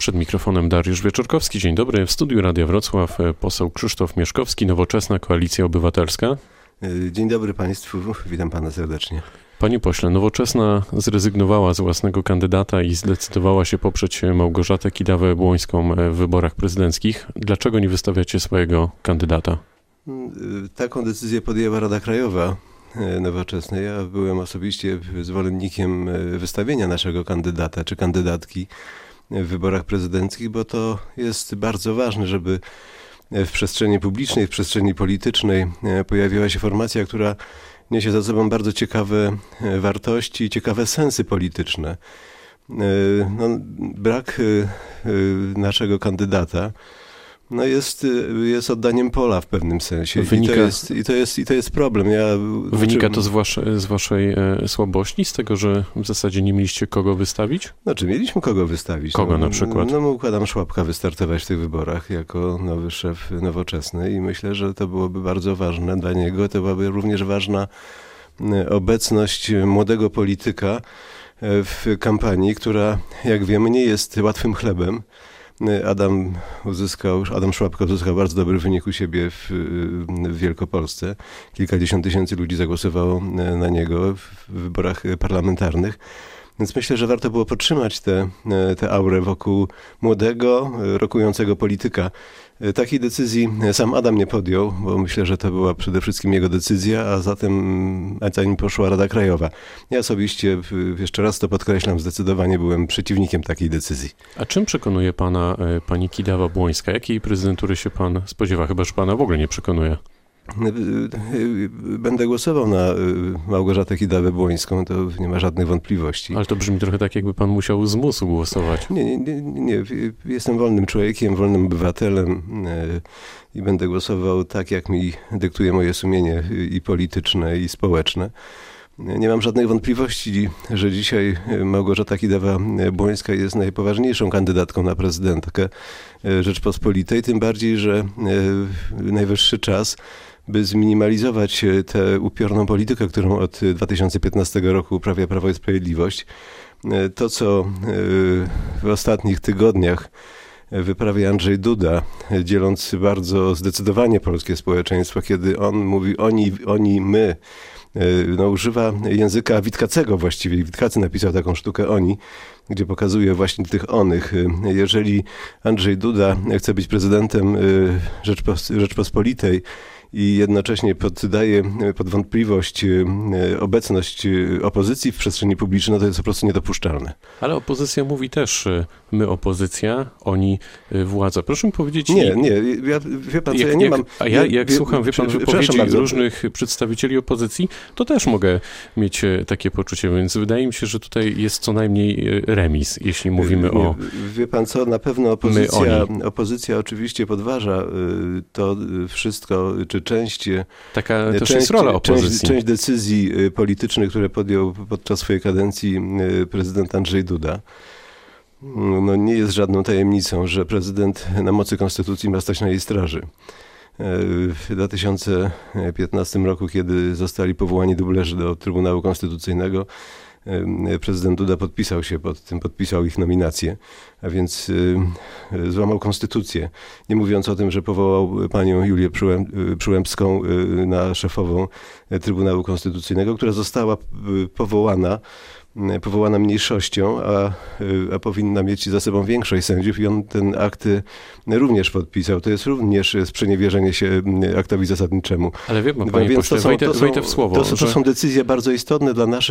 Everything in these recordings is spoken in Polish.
Przed mikrofonem Dariusz Wieczorkowski. Dzień dobry. W studiu Radia Wrocław poseł Krzysztof Mieszkowski, Nowoczesna Koalicja Obywatelska. Dzień dobry Państwu. Witam Pana serdecznie. Panie pośle, Nowoczesna zrezygnowała z własnego kandydata i zdecydowała się poprzeć Małgorzatę Kidawę-Błońską w wyborach prezydenckich. Dlaczego nie wystawiacie swojego kandydata? Taką decyzję podjęła Rada Krajowa Nowoczesnej. Ja byłem osobiście zwolennikiem wystawienia naszego kandydata czy kandydatki w wyborach prezydenckich, bo to jest bardzo ważne, żeby w przestrzeni publicznej, w przestrzeni politycznej pojawiła się formacja, która niesie za sobą bardzo ciekawe wartości i ciekawe sensy polityczne. Brak naszego kandydata jest oddaniem pola w pewnym sensie. I to jest problem. Wynika to z waszej słabości, z tego, że w zasadzie nie mieliście kogo wystawić? Mieliśmy kogo wystawić. Kogo na przykład? Mógł Adam Szłapka wystartować w tych wyborach jako nowy szef Nowoczesnej i myślę, że to byłoby bardzo ważne dla niego. To byłaby również ważna obecność młodego polityka w kampanii, która, jak wiemy, nie jest łatwym chlebem. Adam Szłapka uzyskał bardzo dobry wynik u siebie w Wielkopolsce. Kilkadziesiąt tysięcy ludzi zagłosowało na niego w wyborach parlamentarnych. Więc myślę, że warto było podtrzymać tę aurę wokół młodego, rokującego polityka. Takiej decyzji sam Adam nie podjął, bo myślę, że to była przede wszystkim jego decyzja, a za nim poszła Rada Krajowa. Ja osobiście, jeszcze raz to podkreślam, zdecydowanie byłem przeciwnikiem takiej decyzji. A czym przekonuje pana pani Kidawa-Błońska? Jakiej prezydentury się pan spodziewa? Chyba że pana w ogóle nie przekonuje. Będę głosował na Małgorzatę Kidawę-Błońską, to nie ma żadnych wątpliwości. Ale to brzmi trochę tak, jakby pan musiał z musu głosować. Nie. Jestem wolnym człowiekiem, wolnym obywatelem i będę głosował tak, jak mi dyktuje moje sumienie i polityczne, i społeczne. Nie mam żadnych wątpliwości, że dzisiaj Małgorzata Kidawa-Błońska jest najpoważniejszą kandydatką na prezydentkę Rzeczpospolitej, tym bardziej, że najwyższy czas, by zminimalizować tę upiorną politykę, którą od 2015 roku uprawia Prawo i Sprawiedliwość. To, co w ostatnich tygodniach wyprawia Andrzej Duda, dzieląc bardzo zdecydowanie polskie społeczeństwo, kiedy on mówi oni, my, używa języka Witkacego właściwie. Witkacy napisał taką sztukę Oni, gdzie pokazuje właśnie tych onych. Jeżeli Andrzej Duda chce być prezydentem Rzeczpospolitej i jednocześnie poddaje pod wątpliwość obecność opozycji w przestrzeni publicznej, to jest po prostu niedopuszczalne. Ale opozycja mówi też, my opozycja, oni władza. Proszę mi powiedzieć... Nie, wie pan co, ja nie mam... A jak słucham, wie pan, wypowiedzi różnych przedstawicieli opozycji, to też mogę mieć takie poczucie, więc wydaje mi się, że tutaj jest co najmniej remis, jeśli mówimy o... Wie pan co, na pewno opozycja oczywiście podważa to wszystko, czy część... Taka też jest rola opozycji. Część decyzji politycznych, które podjął podczas swojej kadencji prezydent Andrzej Duda. Nie jest żadną tajemnicą, że prezydent na mocy konstytucji ma stać na jej straży. W 2015 roku, kiedy zostali powołani dublerzy do Trybunału Konstytucyjnego, prezydent Duda podpisał się pod tym, podpisał ich nominację, a więc złamał konstytucję. Nie mówiąc o tym, że powołał panią Julię Przyłębską na szefową Trybunału Konstytucyjnego, która została powołana mniejszością, a powinna mieć za sobą większość sędziów i on ten akt również podpisał. To jest również sprzeniewierzenie się aktowi zasadniczemu. Ale wie pan, panie pośle, wejdę w słowo. To są decyzje bardzo istotne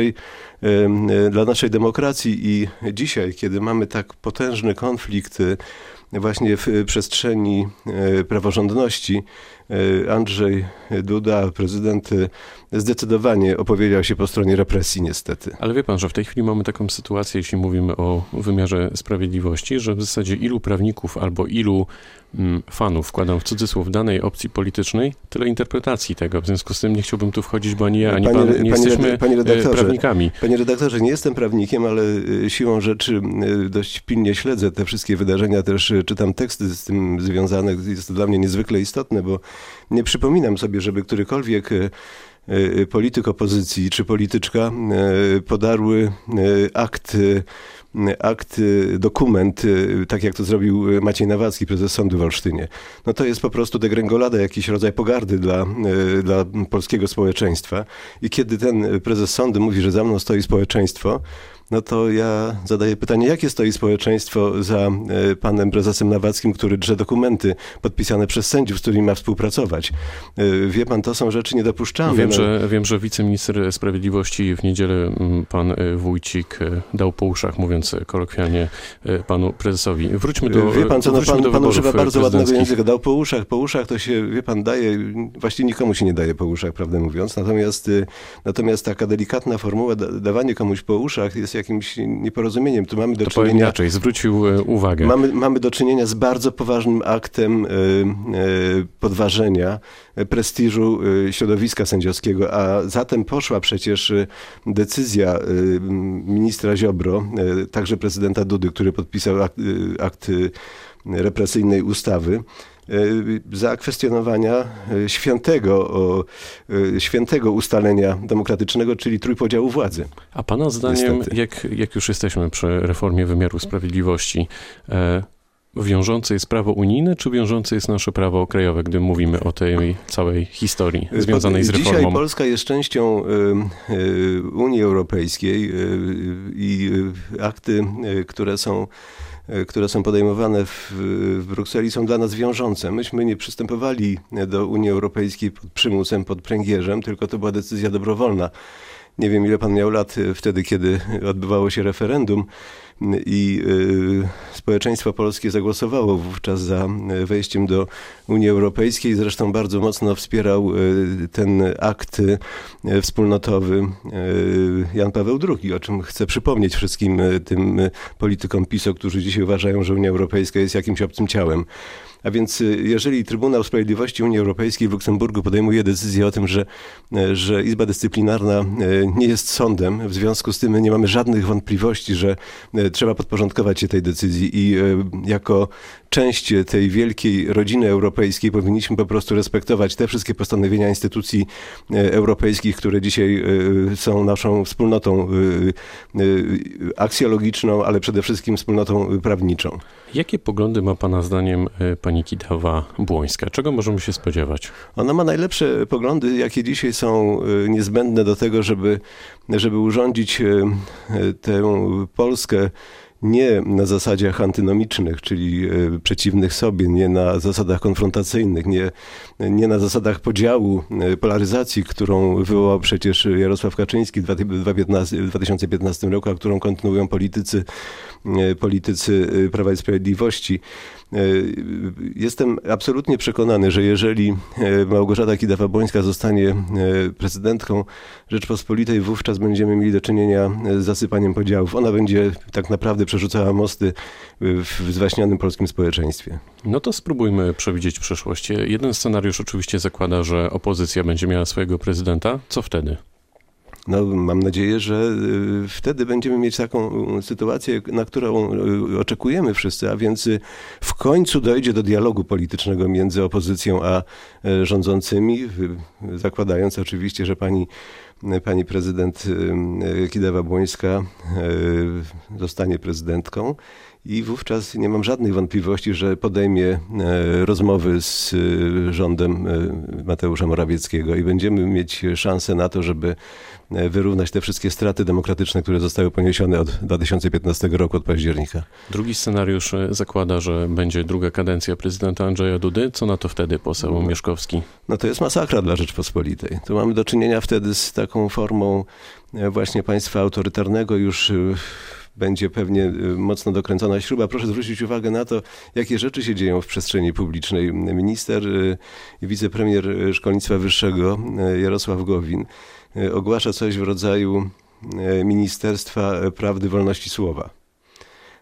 dla naszej demokracji i dzisiaj, kiedy mamy tak potężny konflikt właśnie w przestrzeni praworządności, Andrzej Duda, prezydent, zdecydowanie opowiedział się po stronie represji niestety. Ale wie pan, że w tej chwili mamy taką sytuację, jeśli mówimy o wymiarze sprawiedliwości, że w zasadzie ilu prawników albo ilu fanów, wkładam w cudzysłów, danej opcji politycznej, tyle interpretacji tego. W związku z tym nie chciałbym tu wchodzić, bo ani ja, ani pan nie jesteśmy prawnikami. Panie redaktorze, nie jestem prawnikiem, ale siłą rzeczy dość pilnie śledzę te wszystkie wydarzenia, też czytam teksty z tym związane. Jest to dla mnie niezwykle istotne, bo nie przypominam sobie, żeby którykolwiek polityk opozycji czy polityczka podarły akt dokument, tak jak to zrobił Maciej Nawacki, prezes sądu w Olsztynie. No to jest po prostu degrengolada, jakiś rodzaj pogardy dla polskiego społeczeństwa. I kiedy ten prezes sądu mówi, że za mną stoi społeczeństwo, no to ja zadaję pytanie, jakie stoi społeczeństwo za panem prezesem Nawackim, który drze dokumenty podpisane przez sędziów, z którymi ma współpracować. Wie pan, to są rzeczy niedopuszczalne. Wiem, że wiceminister sprawiedliwości w niedzielę, pan Wójcik, dał po uszach, mówiąc kolokwialnie, panu prezesowi. Wróćmy do Wie pan, pan używa bardzo ładnego języka. Dał po uszach. Po uszach to się, wie pan, daje, właściwie nikomu się nie daje po uszach, prawdę mówiąc. Natomiast taka delikatna formuła, dawanie komuś po uszach jest jakimś nieporozumieniem. Tu mamy do czynienia... powiem inaczej, zwrócił uwagę. Mamy do czynienia z bardzo poważnym aktem podważenia prestiżu środowiska sędziowskiego, a zatem poszła przecież decyzja ministra Ziobro, także prezydenta Dudy, który podpisał akt represyjnej ustawy, zakwestionowania świętego ustalenia demokratycznego, czyli trójpodziału władzy. A pana zdaniem, jak już jesteśmy przy reformie wymiaru sprawiedliwości, wiążące jest prawo unijne, czy wiążące jest nasze prawo krajowe, gdy mówimy o tej całej historii związanej z reformą? Dzisiaj Polska jest częścią Unii Europejskiej i akty, które są podejmowane w Brukseli, są dla nas wiążące. Myśmy nie przystępowali do Unii Europejskiej pod przymusem, pod pręgierzem, tylko to była decyzja dobrowolna. Nie wiem, ile pan miał lat wtedy, kiedy odbywało się referendum i społeczeństwo polskie zagłosowało wówczas za wejściem do Unii Europejskiej. Zresztą bardzo mocno wspierał ten akt wspólnotowy Jan Paweł II, o czym chcę przypomnieć wszystkim tym politykom PiS-u, którzy dzisiaj uważają, że Unia Europejska jest jakimś obcym ciałem. A więc jeżeli Trybunał Sprawiedliwości Unii Europejskiej w Luksemburgu podejmuje decyzję o tym, że Izba Dyscyplinarna nie jest sądem, w związku z tym my nie mamy żadnych wątpliwości, że trzeba podporządkować się tej decyzji i jako część tej wielkiej rodziny europejskiej powinniśmy po prostu respektować te wszystkie postanowienia instytucji europejskich, które dzisiaj są naszą wspólnotą aksjologiczną, ale przede wszystkim wspólnotą prawniczą. Jakie poglądy ma pana zdaniem pani Kidawa-Błońska? Czego możemy się spodziewać? Ona ma najlepsze poglądy, jakie dzisiaj są niezbędne do tego, żeby urządzić tę Polskę nie na zasadziach antynomicznych, czyli przeciwnych sobie, nie na zasadach konfrontacyjnych, nie na zasadach podziału, polaryzacji, którą wywołał przecież Jarosław Kaczyński w 2015 roku, a którą kontynuują politycy Prawa i Sprawiedliwości. Jestem absolutnie przekonany, że jeżeli Małgorzata Kidawa-Błońska zostanie prezydentką Rzeczpospolitej, wówczas będziemy mieli do czynienia z zasypaniem podziałów. Ona będzie tak naprawdę przerzucała mosty w zwaśnionym polskim społeczeństwie. No to spróbujmy przewidzieć przyszłość. Jeden scenariusz oczywiście zakłada, że opozycja będzie miała swojego prezydenta. Co wtedy? No, mam nadzieję, że wtedy będziemy mieć taką sytuację, na którą oczekujemy wszyscy, a więc w końcu dojdzie do dialogu politycznego między opozycją a rządzącymi, zakładając oczywiście, że pani prezydent Kidawa-Błońska zostanie prezydentką. I wówczas nie mam żadnych wątpliwości, że podejmie rozmowy z rządem Mateusza Morawieckiego i będziemy mieć szansę na to, żeby wyrównać te wszystkie straty demokratyczne, które zostały poniesione od 2015 roku, od października. Drugi scenariusz zakłada, że będzie druga kadencja prezydenta Andrzeja Dudy. Co na to wtedy poseł Mieszkowski? No to jest masakra dla Rzeczpospolitej. Tu mamy do czynienia wtedy z taką formą właśnie państwa autorytarnego, już będzie pewnie mocno dokręcona śruba. Proszę zwrócić uwagę na to, jakie rzeczy się dzieją w przestrzeni publicznej. Minister i wicepremier szkolnictwa wyższego Jarosław Gowin ogłasza coś w rodzaju Ministerstwa Prawdy, Wolności Słowa.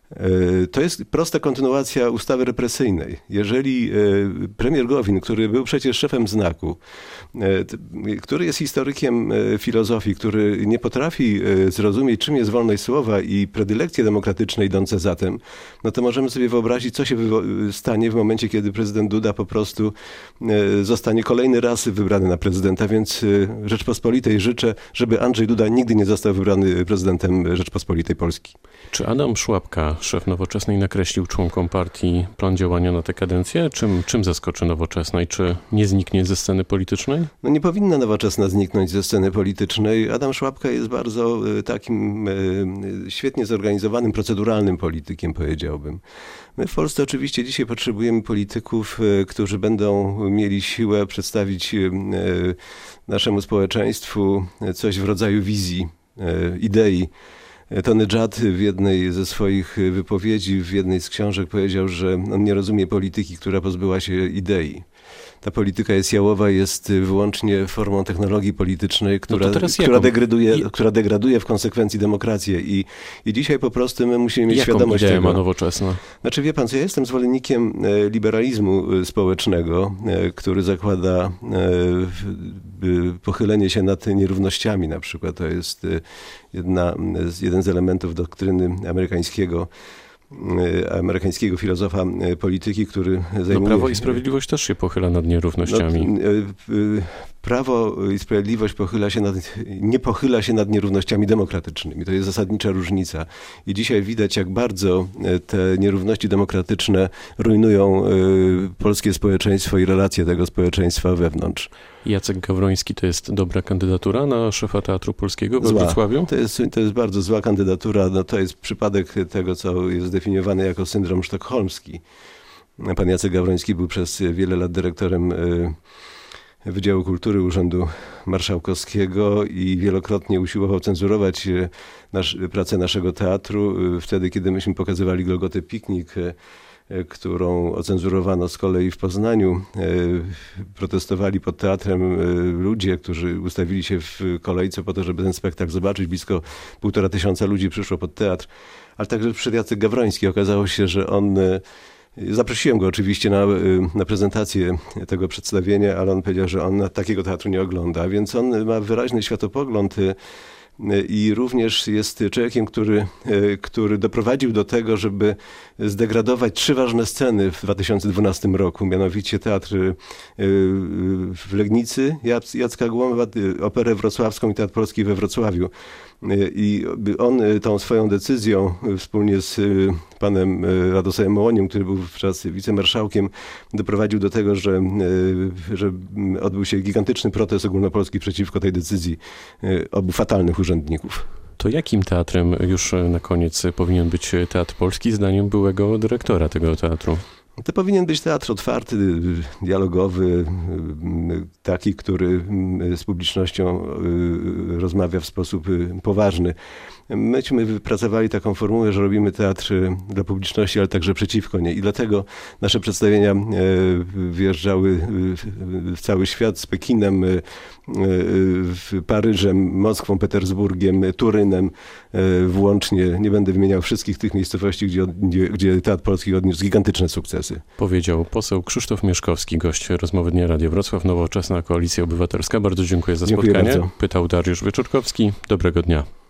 To jest prosta kontynuacja ustawy represyjnej. Jeżeli premier Gowin, który był przecież szefem Znaku, który jest historykiem filozofii, który nie potrafi zrozumieć, czym jest wolność słowa i predylekcje demokratyczne idące za tym, no to możemy sobie wyobrazić, co się stanie w momencie, kiedy prezydent Duda po prostu zostanie kolejny raz wybrany na prezydenta, więc Rzeczpospolitej życzę, żeby Andrzej Duda nigdy nie został wybrany prezydentem Rzeczpospolitej Polski. Czy Adam Szłapka, szef Nowoczesnej, nakreślił członkom partii plan działania na tę kadencję? Czym zaskoczy Nowoczesna i czy nie zniknie ze sceny politycznej? No nie powinna Nowoczesna zniknąć ze sceny politycznej. Adam Szłapka jest bardzo takim świetnie zorganizowanym, proceduralnym politykiem, powiedziałbym. My w Polsce oczywiście dzisiaj potrzebujemy polityków, którzy będą mieli siłę przedstawić naszemu społeczeństwu coś w rodzaju wizji, idei. Tony Judd w jednej ze swoich wypowiedzi, w jednej z książek powiedział, że on nie rozumie polityki, która pozbyła się idei. Ta polityka jest jałowa, jest wyłącznie formą technologii politycznej, która degraduje w konsekwencji demokrację. I dzisiaj po prostu my musimy mieć świadomość tego. Jaką ideę ma Nowoczesna? Znaczy wie pan co, ja jestem zwolennikiem liberalizmu społecznego, który zakłada pochylenie się nad nierównościami na przykład. To jest jeden z elementów doktryny amerykańskiego filozofa polityki, który zajmuje... Prawo i Sprawiedliwość też się pochyla nad nierównościami. Prawo i Sprawiedliwość nie pochyla się nad nierównościami demokratycznymi. To jest zasadnicza różnica. I dzisiaj widać, jak bardzo te nierówności demokratyczne rujnują polskie społeczeństwo i relacje tego społeczeństwa wewnątrz. Jacek Gawroński to jest dobra kandydatura na szefa Teatru Polskiego we Wrocławiu? To jest bardzo zła kandydatura. No, to jest przypadek tego, co jest zdefiniowane jako syndrom sztokholmski. Pan Jacek Gawroński był przez wiele lat dyrektorem Wydziału Kultury Urzędu Marszałkowskiego i wielokrotnie usiłował cenzurować pracę naszego teatru. Wtedy, kiedy myśmy pokazywali Golgotę Piknik, którą ocenzurowano z kolei w Poznaniu, protestowali pod teatrem ludzie, którzy ustawili się w kolejce po to, żeby ten spektakl zobaczyć. Blisko 1500 ludzi przyszło pod teatr, ale także przyszedł Jacek Gawroński. Okazało się, że on... Zaprosiłem go oczywiście na prezentację tego przedstawienia, ale on powiedział, że on takiego teatru nie ogląda, więc on ma wyraźny światopogląd i również jest człowiekiem, który doprowadził do tego, żeby zdegradować 3 ważne sceny w 2012 roku, mianowicie teatr w Legnicy, Jacka Głąba, Operę Wrocławską i Teatr Polski we Wrocławiu. I on tą swoją decyzją wspólnie z panem Radosławem Mołoniem, który był wówczas wicemarszałkiem, doprowadził do tego, że odbył się gigantyczny protest ogólnopolski przeciwko tej decyzji obu fatalnych urzędników. To jakim teatrem już na koniec powinien być Teatr Polski zdaniem byłego dyrektora tego teatru? To powinien być teatr otwarty, dialogowy, taki, który z publicznością rozmawia w sposób poważny. Myśmy wypracowali taką formułę, że robimy teatr dla publiczności, ale także przeciwko niej. I dlatego nasze przedstawienia wjeżdżały w cały świat z Pekinem, Paryżem, Moskwą, Petersburgiem, Turynem włącznie. Nie będę wymieniał wszystkich tych miejscowości, gdzie Teatr Polski odniósł gigantyczne sukcesy. Powiedział poseł Krzysztof Mieszkowski, gość rozmowy Dnia Radio Wrocław, Nowoczesna Koalicja Obywatelska. Bardzo dziękuję za spotkanie. Bardzo. Pytał Dariusz Wieczorkowski. Dobrego dnia.